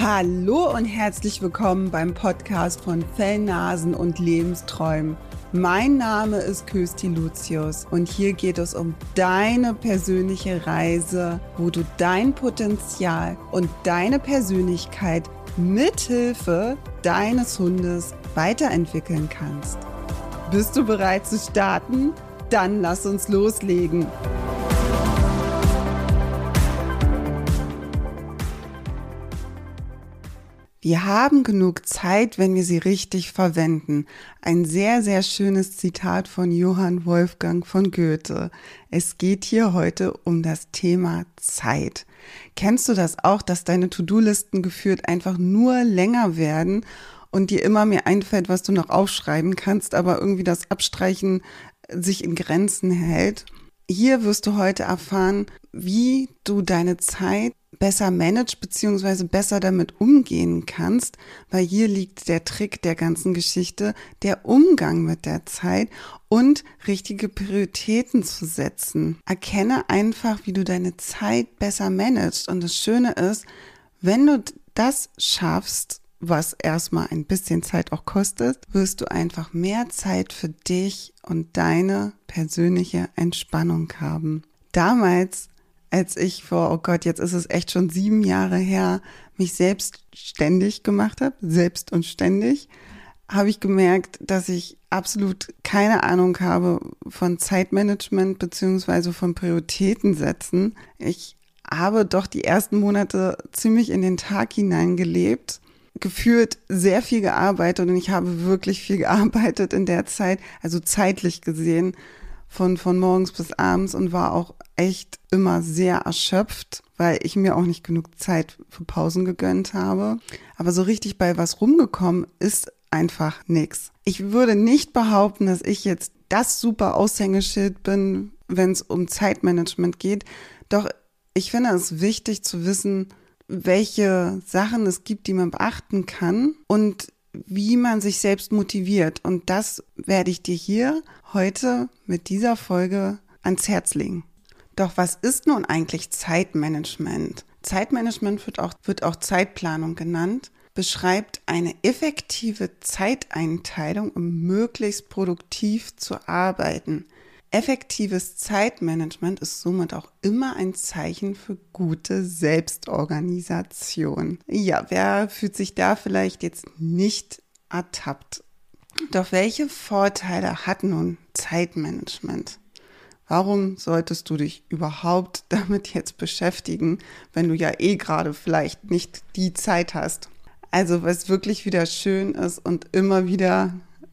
Hallo und herzlich willkommen beim Podcast von Fellnasen und Lebensträumen. Mein Name ist Kösti Lucius und hier geht es um deine persönliche Reise, wo du dein Potenzial und deine Persönlichkeit mithilfe deines Hundes weiterentwickeln kannst. Bist du bereit zu starten? Dann lass uns loslegen. Wir haben genug Zeit, wenn wir sie richtig verwenden. Ein sehr, sehr schönes Zitat von Johann Wolfgang von Goethe. Es geht hier heute um das Thema Zeit. Kennst du das auch, dass deine To-Do-Listen gefühlt einfach nur länger werden und dir immer mehr einfällt, was du noch aufschreiben kannst, aber irgendwie das Abstreichen sich in Grenzen hält? Hier wirst du heute erfahren, wie du deine Zeit besser managst bzw. besser damit umgehen kannst, weil hier liegt der Trick der ganzen Geschichte, der Umgang mit der Zeit und richtige Prioritäten zu setzen. Erkenne einfach, wie du deine Zeit besser managst, und das Schöne ist, wenn du das schaffst, was erstmal ein bisschen Zeit auch kostet, wirst du einfach mehr Zeit für dich und deine persönliche Entspannung haben. Damals, als ich jetzt ist es echt schon 7 Jahre her, mich selbstständig gemacht habe, selbst und ständig, habe ich gemerkt, dass ich absolut keine Ahnung habe von Zeitmanagement beziehungsweise von Prioritäten setzen. Ich habe doch die ersten Monate ziemlich in den Tag hineingelebt, gefühlt sehr viel gearbeitet, und ich habe wirklich viel gearbeitet in der Zeit, also zeitlich gesehen, von morgens bis abends, und war auch echt immer sehr erschöpft, weil ich mir auch nicht genug Zeit für Pausen gegönnt habe. Aber so richtig bei was rumgekommen ist einfach nichts. Ich würde nicht behaupten, dass ich jetzt das super Aushängeschild bin, wenn es um Zeitmanagement geht. Doch ich finde es wichtig zu wissen, welche Sachen es gibt, die man beachten kann und wie man sich selbst motiviert. Und das werde ich dir hier heute mit dieser Folge ans Herz legen. Doch was ist nun eigentlich Zeitmanagement? Zeitmanagement wird auch Zeitplanung genannt, beschreibt eine effektive Zeiteinteilung, um möglichst produktiv zu arbeiten. Effektives Zeitmanagement ist somit auch immer ein Zeichen für gute Selbstorganisation. Ja, wer fühlt sich da vielleicht jetzt nicht ertappt? Doch welche Vorteile hat nun Zeitmanagement? Warum solltest du dich überhaupt damit jetzt beschäftigen, wenn du ja gerade vielleicht nicht die Zeit hast? Also was wirklich wieder schön ist und immer wieder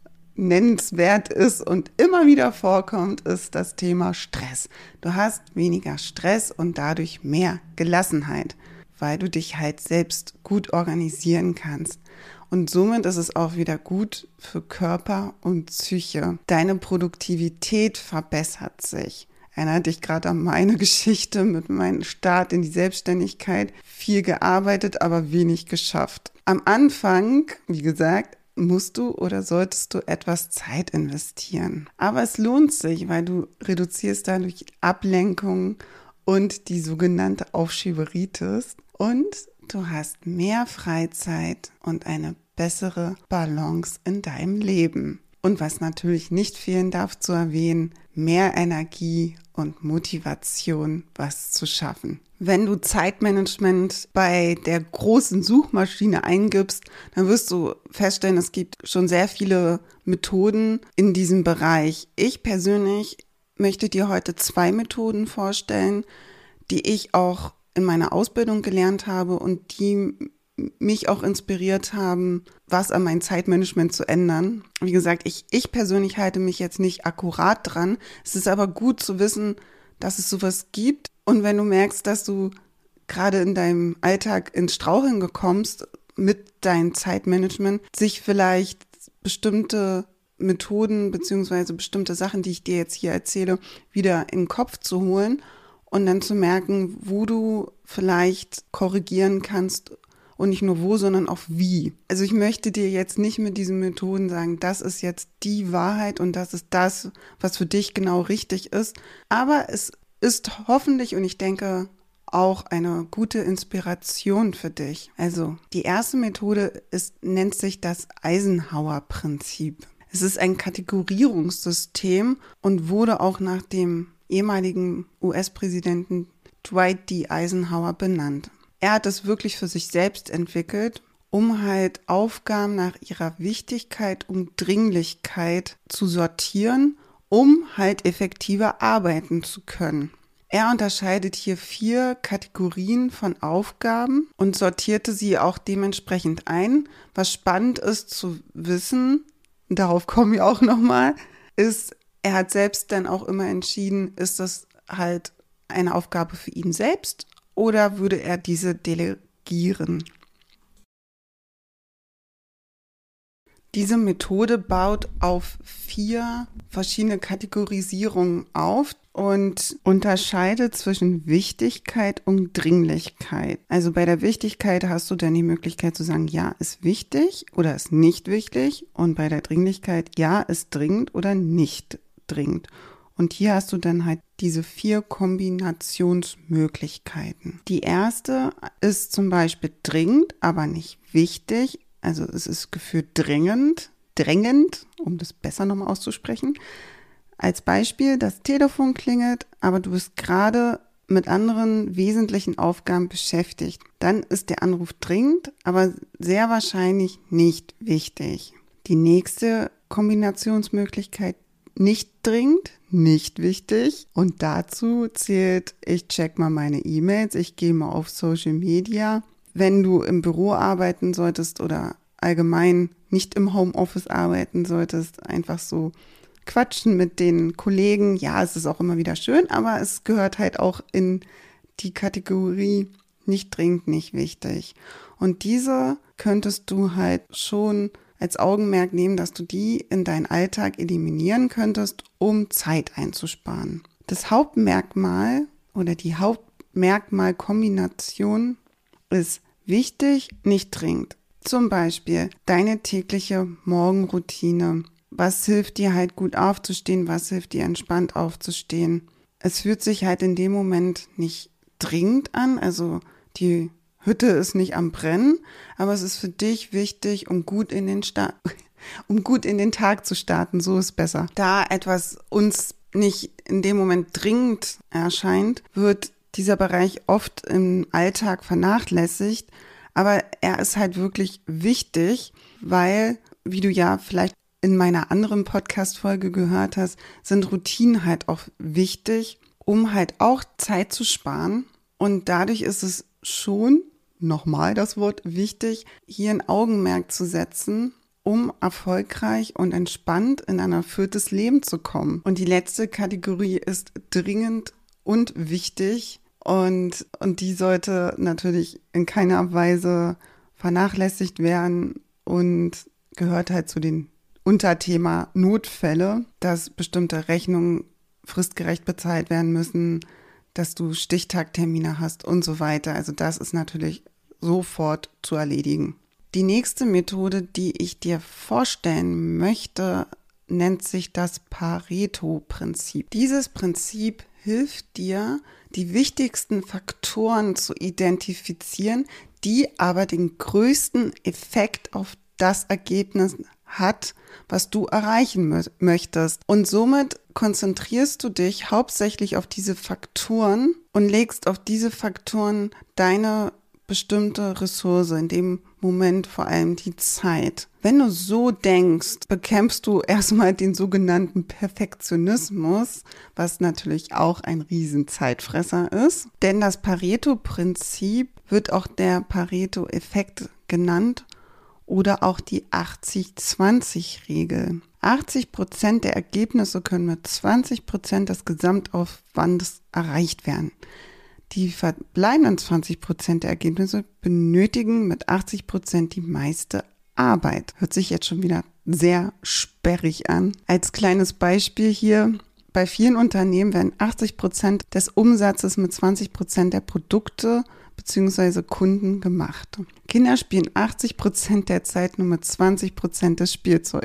nennenswert ist und immer wieder vorkommt, ist das Thema Stress. Du hast weniger Stress und dadurch mehr Gelassenheit, weil du dich halt selbst gut organisieren kannst. Und somit ist es auch wieder gut für Körper und Psyche. Deine Produktivität verbessert sich. Erinnere dich gerade an meine Geschichte mit meinem Start in die Selbstständigkeit. Viel gearbeitet, aber wenig geschafft. Am Anfang, wie gesagt, musst du oder solltest du etwas Zeit investieren. Aber es lohnt sich, weil du reduzierst dadurch Ablenkung und die sogenannte Aufschieberitis, und du hast mehr Freizeit und eine bessere Balance in deinem Leben. Und was natürlich nicht fehlen darf zu erwähnen, mehr Energie und Motivation, was zu schaffen. Wenn du Zeitmanagement bei der großen Suchmaschine eingibst, dann wirst du feststellen, es gibt schon sehr viele Methoden in diesem Bereich. Ich persönlich möchte dir heute 2 Methoden vorstellen, die ich auch in meiner Ausbildung gelernt habe und die mich auch inspiriert haben, was an meinem Zeitmanagement zu ändern. Wie gesagt, ich persönlich halte mich jetzt nicht akkurat dran. Es ist aber gut zu wissen, dass es sowas gibt. Und wenn du merkst, dass du gerade in deinem Alltag ins Straucheln gekommst mit deinem Zeitmanagement, sich vielleicht bestimmte Methoden bzw. bestimmte Sachen, die ich dir jetzt hier erzähle, wieder in den Kopf zu holen und dann zu merken, wo du vielleicht korrigieren kannst. Und nicht nur wo, sondern auch wie. Also ich möchte dir jetzt nicht mit diesen Methoden sagen, das ist jetzt die Wahrheit und das ist das, was für dich genau richtig ist. Aber es ist hoffentlich, und ich denke auch eine gute Inspiration für dich. Also die erste Methode nennt sich das Eisenhower-Prinzip. Es ist ein Kategorierungssystem und wurde auch nach dem ehemaligen US-Präsidenten Dwight D. Eisenhower benannt. Er hat es wirklich für sich selbst entwickelt, um halt Aufgaben nach ihrer Wichtigkeit und Dringlichkeit zu sortieren, um halt effektiver arbeiten zu können. Er unterscheidet hier 4 Kategorien von Aufgaben und sortierte sie auch dementsprechend ein. Was spannend ist zu wissen, darauf kommen wir auch nochmal, ist, er hat selbst dann auch immer entschieden, ist das halt eine Aufgabe für ihn selbst oder würde er diese delegieren? Diese Methode baut auf 4 verschiedene Kategorisierungen auf und unterscheidet zwischen Wichtigkeit und Dringlichkeit. Also bei der Wichtigkeit hast du dann die Möglichkeit zu sagen, ja, ist wichtig oder ist nicht wichtig. Und bei der Dringlichkeit, ja, ist dringend oder nicht dringend. Und hier hast du dann halt diese 4 Kombinationsmöglichkeiten. Die erste ist zum Beispiel dringend, aber nicht wichtig. Also es ist gefühlt drängend, um das besser nochmal auszusprechen. Als Beispiel, das Telefon klingelt, aber du bist gerade mit anderen wesentlichen Aufgaben beschäftigt. Dann ist der Anruf dringend, aber sehr wahrscheinlich nicht wichtig. Die nächste Kombinationsmöglichkeit, nicht dringend, nicht wichtig. Und dazu zählt, ich check mal meine E-Mails, ich gehe mal auf Social Media. Wenn du im Büro arbeiten solltest oder allgemein nicht im Homeoffice arbeiten solltest, einfach so quatschen mit den Kollegen. Ja, es ist auch immer wieder schön, aber es gehört halt auch in die Kategorie nicht dringend, nicht wichtig. Und diese könntest du halt schon als Augenmerk nehmen, dass du die in deinen Alltag eliminieren könntest, um Zeit einzusparen. Das Hauptmerkmal oder die Hauptmerkmalkombination ist wichtig, nicht dringend. Zum Beispiel deine tägliche Morgenroutine. Was hilft dir halt gut aufzustehen? Was hilft dir entspannt aufzustehen? Es fühlt sich halt in dem Moment nicht dringend an. Also die Hütte ist nicht am Brennen, aber es ist für dich wichtig, um gut in den Tag zu starten. So ist besser. Da etwas uns nicht in dem Moment dringend erscheint, wird dieser Bereich oft im Alltag vernachlässigt, aber er ist halt wirklich wichtig, weil, wie du ja vielleicht in meiner anderen Podcast-Folge gehört hast, sind Routinen halt auch wichtig, um halt auch Zeit zu sparen. Und dadurch ist es schon, nochmal das Wort wichtig, hier ein Augenmerk zu setzen, um erfolgreich und entspannt in ein erfülltes Leben zu kommen. Und die letzte Kategorie ist dringend und wichtig. Und die sollte natürlich in keiner Weise vernachlässigt werden und gehört halt zu den Unterthema Notfälle, dass bestimmte Rechnungen fristgerecht bezahlt werden müssen, dass du Stichtagtermine hast und so weiter. Also das ist natürlich sofort zu erledigen. Die nächste Methode, die ich dir vorstellen möchte, nennt sich das Pareto-Prinzip. Dieses Prinzip hilft dir, die wichtigsten Faktoren zu identifizieren, die aber den größten Effekt auf das Ergebnis hat, was du erreichen möchtest. Und somit konzentrierst du dich hauptsächlich auf diese Faktoren und legst auf diese Faktoren deine bestimmte Ressource, in dem Moment vor allem die Zeit. Wenn du so denkst, bekämpfst du erstmal den sogenannten Perfektionismus, was natürlich auch ein Riesenzeitfresser ist. Denn das Pareto-Prinzip wird auch der Pareto-Effekt genannt oder auch die 80-20-Regel. 80% der Ergebnisse können mit 20% des Gesamtaufwandes erreicht werden. Die verbleibenden 20% der Ergebnisse benötigen mit 80% die meiste Arbeit. Hört sich jetzt schon wieder sehr sperrig an. Als kleines Beispiel hier, bei vielen Unternehmen werden 80% des Umsatzes mit 20% der Produkte bzw. Kunden gemacht. Kinder spielen 80% der Zeit nur mit 20% des Spielzeugs.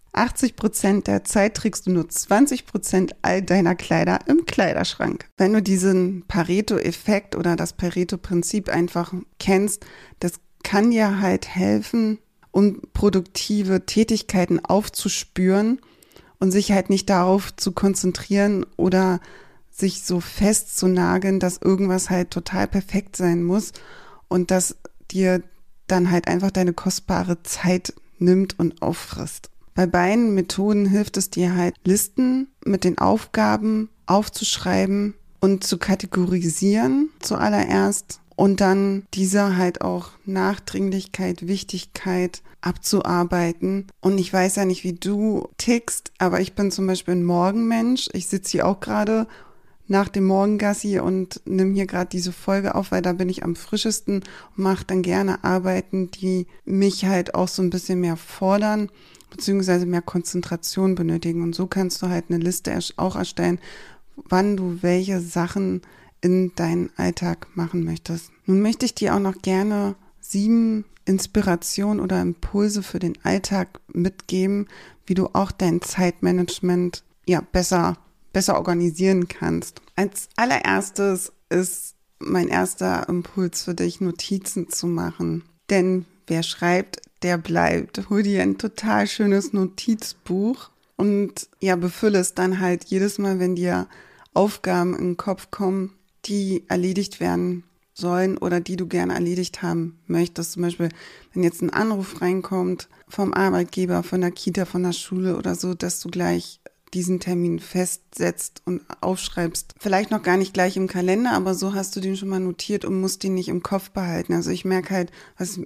80% der Zeit trägst du nur 20% all deiner Kleider im Kleiderschrank. Wenn du diesen Pareto-Effekt oder das Pareto-Prinzip einfach kennst, das kann dir halt helfen, um produktive Tätigkeiten aufzuspüren und sich halt nicht darauf zu konzentrieren oder sich so festzunageln, dass irgendwas halt total perfekt sein muss und dass dir dann halt einfach deine kostbare Zeit nimmt und auffrisst. Bei beiden Methoden hilft es dir halt, Listen mit den Aufgaben aufzuschreiben und zu kategorisieren zuallererst und dann diese halt auch nach Dringlichkeit, Wichtigkeit abzuarbeiten. Und ich weiß ja nicht, wie du tickst, aber ich bin zum Beispiel ein Morgenmensch. Ich sitze hier auch gerade nach dem Morgengassi und nehme hier gerade diese Folge auf, weil da bin ich am frischesten und mache dann gerne Arbeiten, die mich halt auch so ein bisschen mehr fordern, beziehungsweise mehr Konzentration benötigen. Und so kannst du halt eine Liste auch erstellen, wann du welche Sachen in deinen Alltag machen möchtest. Nun möchte ich dir auch noch gerne 7 Inspirationen oder Impulse für den Alltag mitgeben, wie du auch dein Zeitmanagement besser organisieren kannst. Als allererstes ist mein erster Impuls für dich, Notizen zu machen. Denn wer schreibt, der bleibt. Hol dir ein total schönes Notizbuch und befülle es dann halt jedes Mal, wenn dir Aufgaben in den Kopf kommen, die erledigt werden sollen oder die du gerne erledigt haben möchtest. Zum Beispiel, wenn jetzt ein Anruf reinkommt vom Arbeitgeber, von der Kita, von der Schule oder so, dass du gleich diesen Termin festsetzt und aufschreibst. Vielleicht noch gar nicht gleich im Kalender, aber so hast du den schon mal notiert und musst den nicht im Kopf behalten. Also ich merke halt, was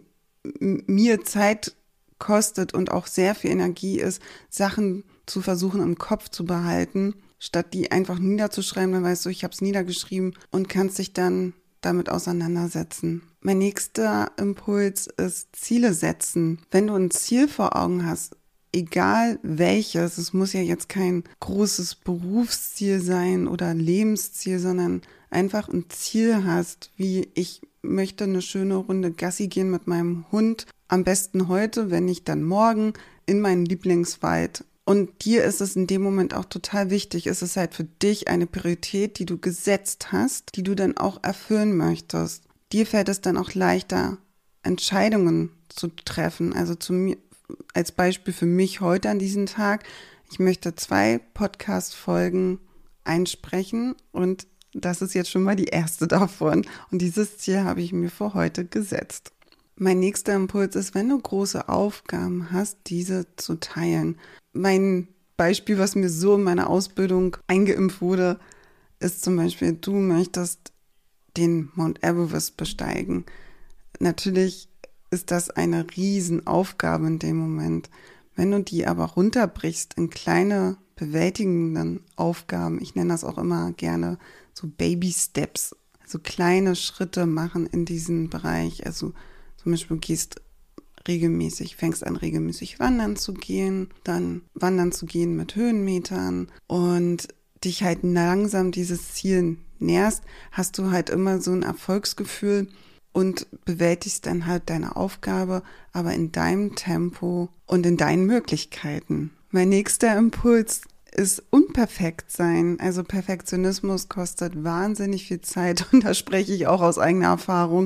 mir Zeit kostet und auch sehr viel Energie ist, Sachen zu versuchen im Kopf zu behalten, statt die einfach niederzuschreiben. Dann weißt du, ich habe es niedergeschrieben und kannst dich dann damit auseinandersetzen. Mein nächster Impuls ist Ziele setzen. Wenn du ein Ziel vor Augen hast, egal welches, es muss ja jetzt kein großes Berufsziel sein oder ein Lebensziel, sondern einfach ein Ziel hast, wie ich möchte eine schöne Runde Gassi gehen mit meinem Hund, am besten heute, wenn nicht dann morgen, in meinen Lieblingswald. Und dir ist es in dem Moment auch total wichtig, es ist halt für dich eine Priorität, die du gesetzt hast, die du dann auch erfüllen möchtest. Dir fällt es dann auch leichter, Entscheidungen zu treffen, also als Beispiel für mich heute an diesem Tag. Ich möchte 2 Podcast-Folgen einsprechen und das ist jetzt schon mal die erste davon. Und dieses Ziel habe ich mir für heute gesetzt. Mein nächster Impuls ist, wenn du große Aufgaben hast, diese zu teilen. Mein Beispiel, was mir so in meiner Ausbildung eingeimpft wurde, ist zum Beispiel, du möchtest den Mount Everest besteigen. Natürlich ist das eine Riesenaufgabe in dem Moment. Wenn du die aber runterbrichst in kleine, bewältigenden Aufgaben, ich nenne das auch immer gerne so Baby Steps, also kleine Schritte machen in diesem Bereich. Also zum Beispiel fängst an regelmäßig wandern zu gehen, dann wandern zu gehen mit Höhenmetern und dich halt langsam dieses Ziel näherst, hast du halt immer so ein Erfolgsgefühl und bewältigst dann halt deine Aufgabe, aber in deinem Tempo und in deinen Möglichkeiten. Mein nächster Impuls ist unperfekt sein. Also Perfektionismus kostet wahnsinnig viel Zeit und da spreche ich auch aus eigener Erfahrung.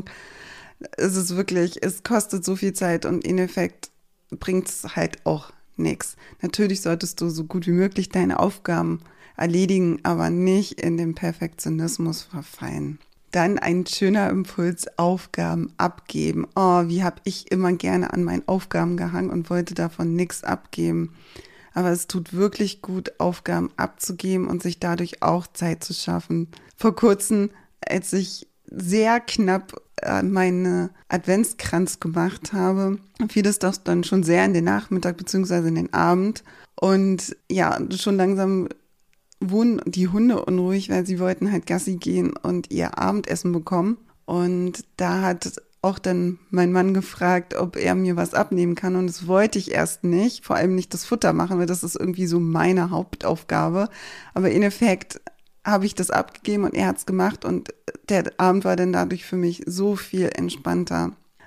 Es kostet so viel Zeit und im Endeffekt bringt es halt auch nichts. Natürlich solltest du so gut wie möglich deine Aufgaben erledigen, aber nicht in den Perfektionismus verfallen. Dann ein schöner Impuls, Aufgaben abgeben. Oh, wie habe ich immer gerne an meinen Aufgaben gehangen und wollte davon nichts abgeben. Aber es tut wirklich gut, Aufgaben abzugeben und sich dadurch auch Zeit zu schaffen. Vor kurzem, als ich sehr knapp meine Adventskranz gemacht habe, fiel es doch dann schon sehr in den Nachmittag bzw. in den Abend. Und schon langsam wurden die Hunde unruhig, weil sie wollten halt Gassi gehen und ihr Abendessen bekommen. Und da hat auch dann mein Mann gefragt, ob er mir was abnehmen kann. Und das wollte ich erst nicht, vor allem nicht das Futter machen, weil das ist irgendwie so meine Hauptaufgabe. Aber in Effekt habe ich das abgegeben und er hat es gemacht und der Abend war dann dadurch für mich so viel entspannter.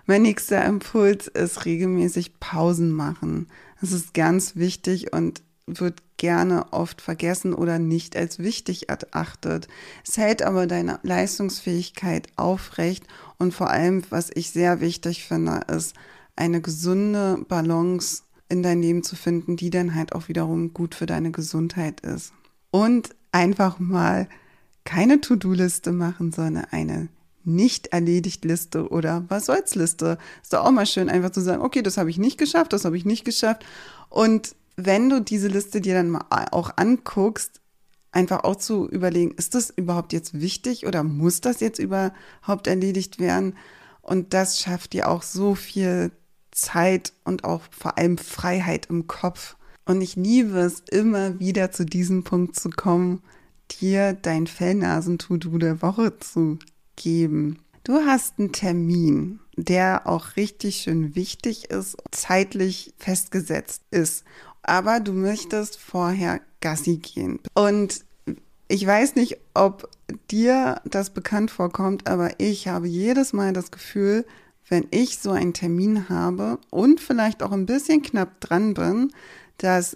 Mein nächster Impuls ist regelmäßig Pausen machen. Das ist ganz wichtig und wird gerne oft vergessen oder nicht als wichtig erachtet. Es hält aber deine Leistungsfähigkeit aufrecht und vor allem, was ich sehr wichtig finde, ist eine gesunde Balance in dein Leben zu finden, die dann halt auch wiederum gut für deine Gesundheit ist. Und einfach mal keine To-Do-Liste machen, sondern eine nicht erledigt Liste oder was soll's Liste. Ist doch auch mal schön, einfach zu sagen, okay, das habe ich nicht geschafft, das habe ich nicht geschafft. Und wenn du diese Liste dir dann mal auch anguckst, einfach auch zu überlegen, ist das überhaupt jetzt wichtig oder muss das jetzt überhaupt erledigt werden? Und das schafft dir auch so viel Zeit und auch vor allem Freiheit im Kopf. Und ich liebe es, immer wieder zu diesem Punkt zu kommen, dir dein Fellnasen-To-Do der Woche zu geben. Du hast einen Termin, der auch richtig schön wichtig ist, zeitlich festgesetzt ist. Aber du möchtest vorher Gassi gehen. Und ich weiß nicht, ob dir das bekannt vorkommt, aber ich habe jedes Mal das Gefühl, wenn ich so einen Termin habe und vielleicht auch ein bisschen knapp dran bin, dass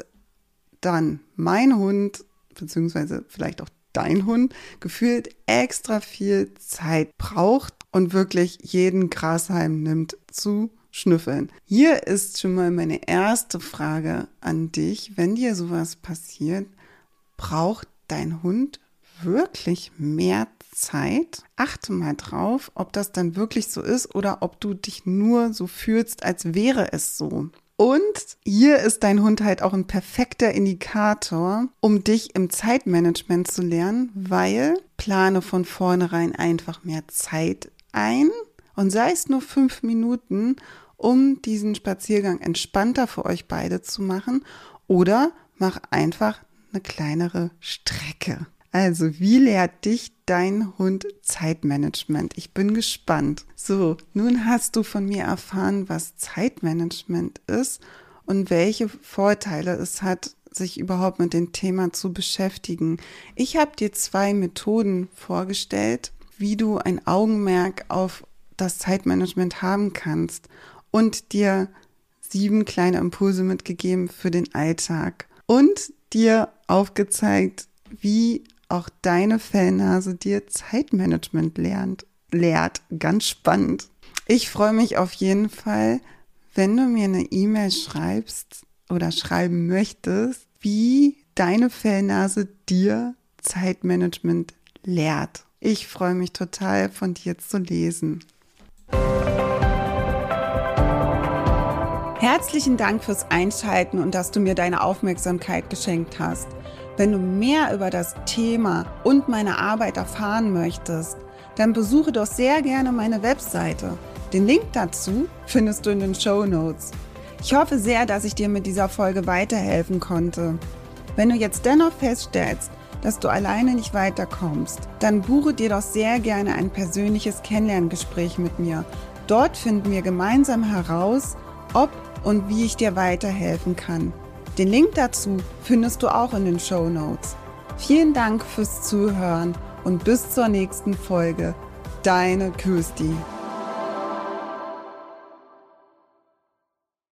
dann mein Hund, beziehungsweise vielleicht auch dein Hund, gefühlt extra viel Zeit braucht und wirklich jeden Grashalm nimmt zu schnüffeln. Hier ist schon mal meine erste Frage an dich. Wenn dir sowas passiert, braucht dein Hund wirklich mehr Zeit? Achte mal drauf, ob das dann wirklich so ist oder ob du dich nur so fühlst, als wäre es so. Und hier ist dein Hund halt auch ein perfekter Indikator, um dich im Zeitmanagement zu lernen, weil plane von vornherein einfach mehr Zeit ein und sei es nur 5 Minuten, um diesen Spaziergang entspannter für euch beide zu machen, oder mach einfach eine kleinere Strecke. Also, wie lehrt dich dein Hund Zeitmanagement? Ich bin gespannt. So, nun hast du von mir erfahren, was Zeitmanagement ist und welche Vorteile es hat, sich überhaupt mit dem Thema zu beschäftigen. Ich habe dir 2 Methoden vorgestellt, wie du ein Augenmerk auf das Zeitmanagement haben kannst und dir 7 kleine Impulse mitgegeben für den Alltag und dir aufgezeigt, wie auch deine Fellnase dir Zeitmanagement lehrt. Ganz spannend. Ich freue mich auf jeden Fall, wenn du mir eine E-Mail schreibst oder schreiben möchtest, wie deine Fellnase dir Zeitmanagement lehrt. Ich freue mich total, von dir zu lesen. Herzlichen Dank fürs Einschalten und dass du mir deine Aufmerksamkeit geschenkt hast. Wenn du mehr über das Thema und meine Arbeit erfahren möchtest, dann besuche doch sehr gerne meine Webseite. Den Link dazu findest du in den Shownotes. Ich hoffe sehr, dass ich dir mit dieser Folge weiterhelfen konnte. Wenn du jetzt dennoch feststellst, dass du alleine nicht weiterkommst, dann buche dir doch sehr gerne ein persönliches Kennenlerngespräch mit mir. Dort finden wir gemeinsam heraus, ob und wie ich dir weiterhelfen kann. Den Link dazu findest du auch in den Shownotes. Vielen Dank fürs Zuhören und bis zur nächsten Folge. Deine Kirsti.